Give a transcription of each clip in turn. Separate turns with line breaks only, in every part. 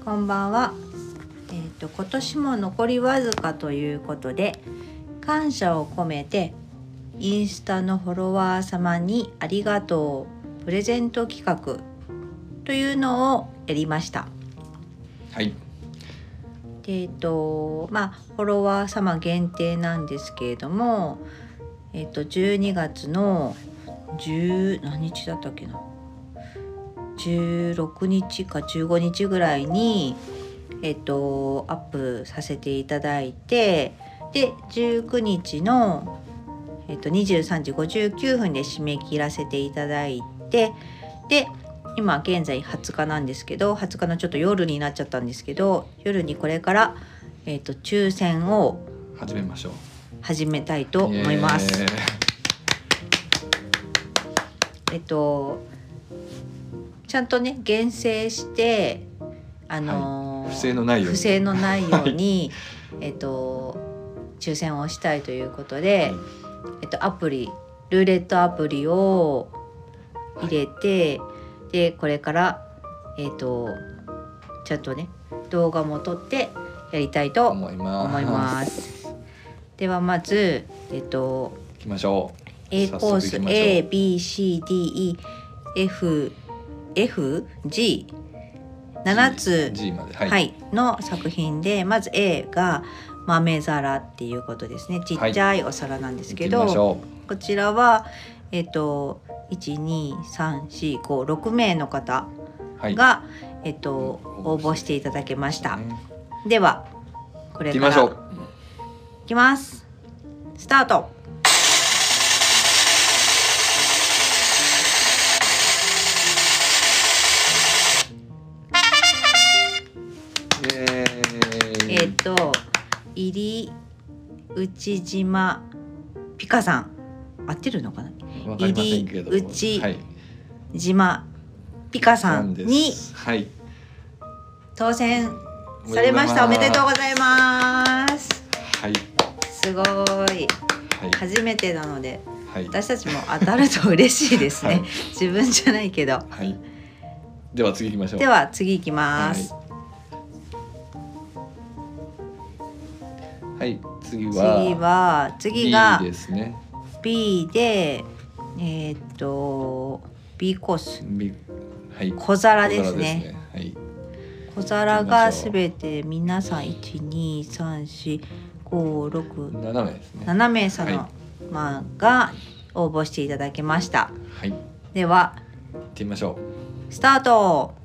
こんばんは。今年も残りわずかということで、感謝を込めてインスタのフォロワー様にありがとうプレゼント企画というのをやりました。
はい。
で、フォロワー様限定なんですけれども、12月の何日だったっけな、16日か15日ぐらいにアップさせていただいて、で19日の23時59分で締め切らせていただいて、で今現在20日なんですけど、20日のちょっと夜になっちゃったんですけど、夜にこれから、抽選を始めたいと思います。ちゃんとね厳選して
不正のないよ
うに、抽選をしたいということで、ルーレットアプリを入れて、でこれからちゃんとね動画も撮ってやりたいと思います。ではまず
行きましょう。
A コース ABCDEFG7 つ、
G まで、
の作品で、まず A が豆皿っていうことですね。ちっちゃいお皿なんですけど、こちらは1,2,3,4,5,6 名の方が、応募していただけました。ではこれからいきます。スタート。入内島ピカさん、合ってるのかな。入内島ピカさんに当選されました。おめでとうございます。すごい、初めてなので、私たちも当たると嬉しいですね。自分じゃないけど。
では次行きましょう。
では次行きます。
次
が
B ですね。
B でBコース、小皿ですね。小皿がすべて皆さん 1,2,3,4,5,6,7 名様が応募していただきました。では
行ってみましょ
う。スタート。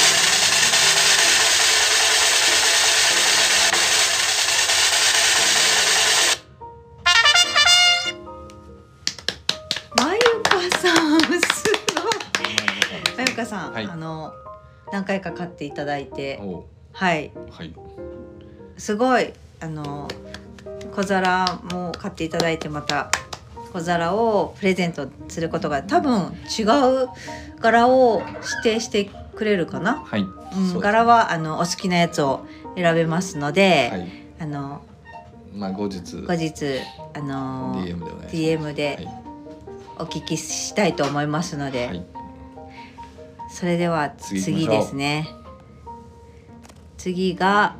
まゆかさん、何回か買っていただいて、すごい小皿も買っていただいて、また小皿をプレゼントすることが、多分違う柄を指定してくれるかな。柄はお好きなやつを選べますので、後日DM でお聞きしたいと思いますので、それでは次ですね。次が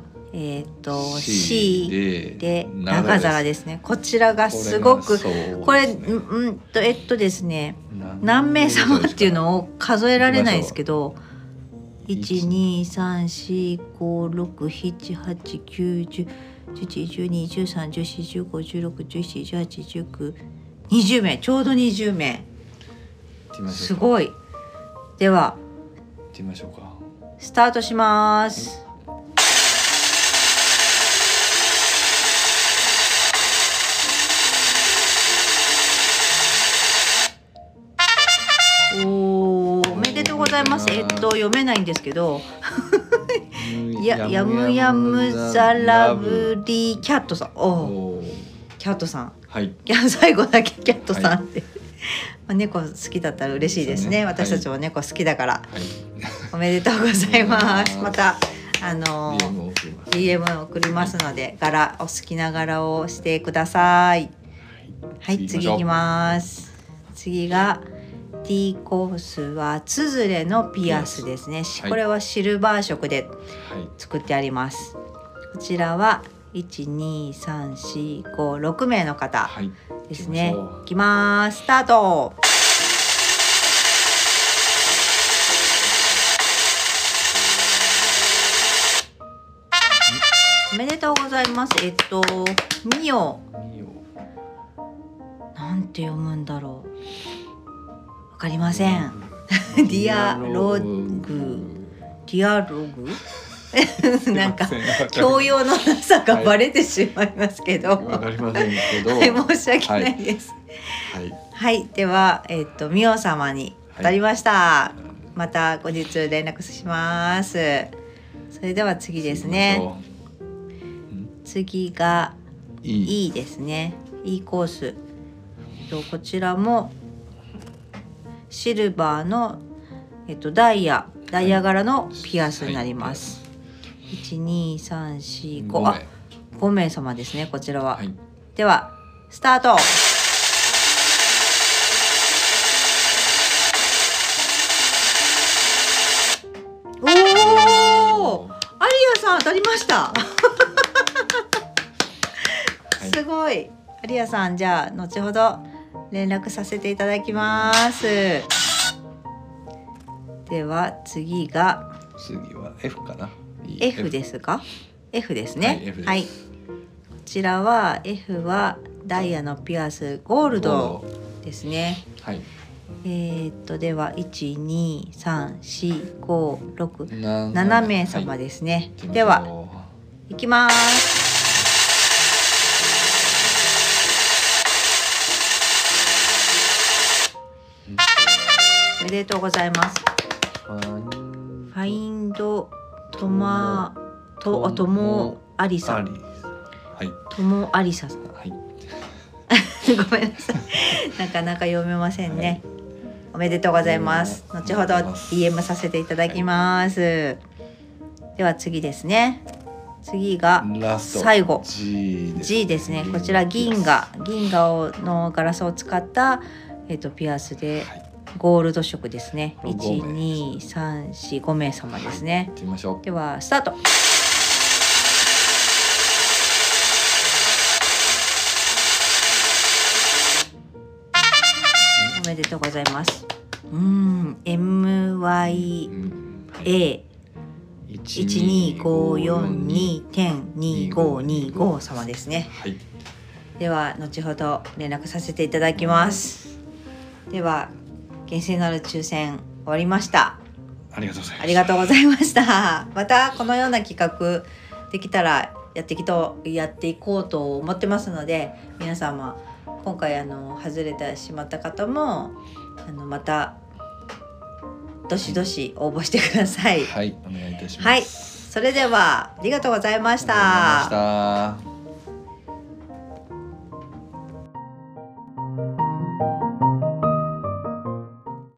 C で長皿ですね。こちらがすごく、これですね、何名様っていうのを数えられないですけど、1,2,3,4,5,6,7,8,9,10,11,12,13,14,15,16,17,18,19,20 名、ちょうど20名。すごい。では
行ってみましょうか。
スタートします。おめでとうございます。読めないんですけどやむやむザラブリーキャットさん。キャットさん、最後だけキャットさんって猫好きだったら嬉しいですね。私たちも猫好きだから、おめでとうございます。またDM を送りますので、お好きな柄をしてください。次行きます。次が D コースはつづれのピアスですね。
はい
これはシルバー色で
はい
作ってあります。こちらは12345名の方
はい
ですね。
行きましょう
いきます。スタート。おめでとうございます。ミオ
見よ
なんて読むんだろう。わかりません。
う
ディアログディアログなんか教養のなさがバレてしまいますけど、
わかりませんけど
はい、申し訳ないです。
はい
はい、ではミオ様に当たりました。また後日連絡します。それでは次ですね。次が
いい
E ですね。E コース。こちらもシルバーのダイヤ柄のピアスになります。12345あ5名様ですね。こちらは。
はい
ではスタート。おお、アリアさん当たりました。すごい。アリアさん、じゃあ後ほど連絡させていただきます。では次は
F かな。
F ですか。 F ですね。
はい F です。
はい、こちらは F はダイヤのピアスゴールドですね。
はい
では1234567
7
名様ですね。
はい、
では行きます。おめでとうございます。ファインドトモアリサ
はい
トモアリサさん
はい
ごめんなさいなかなか読めませんね、おめでとうございます。後ほど DM させていただきます、では次ですね。次が
ラスト
最後
G
ですね。こちら銀河のガラスを使ったピアスでゴールド色ですね。12345名様ですね。
行ってみましょう。
ではスタート。おめでとうございます。MYA12542.2525 様ですね。
はい。
では後ほど連絡させていただきます。では厳正なる抽選終わりました。
ありがとうございます。
ありがとうございました。またこのような企画できたらやっていこうと思ってますので、皆様今回外れてしまった方もまたどしどし応募してください。
はい、お願いいたします。
はい、それではありがとうございました。
ありがとうございました。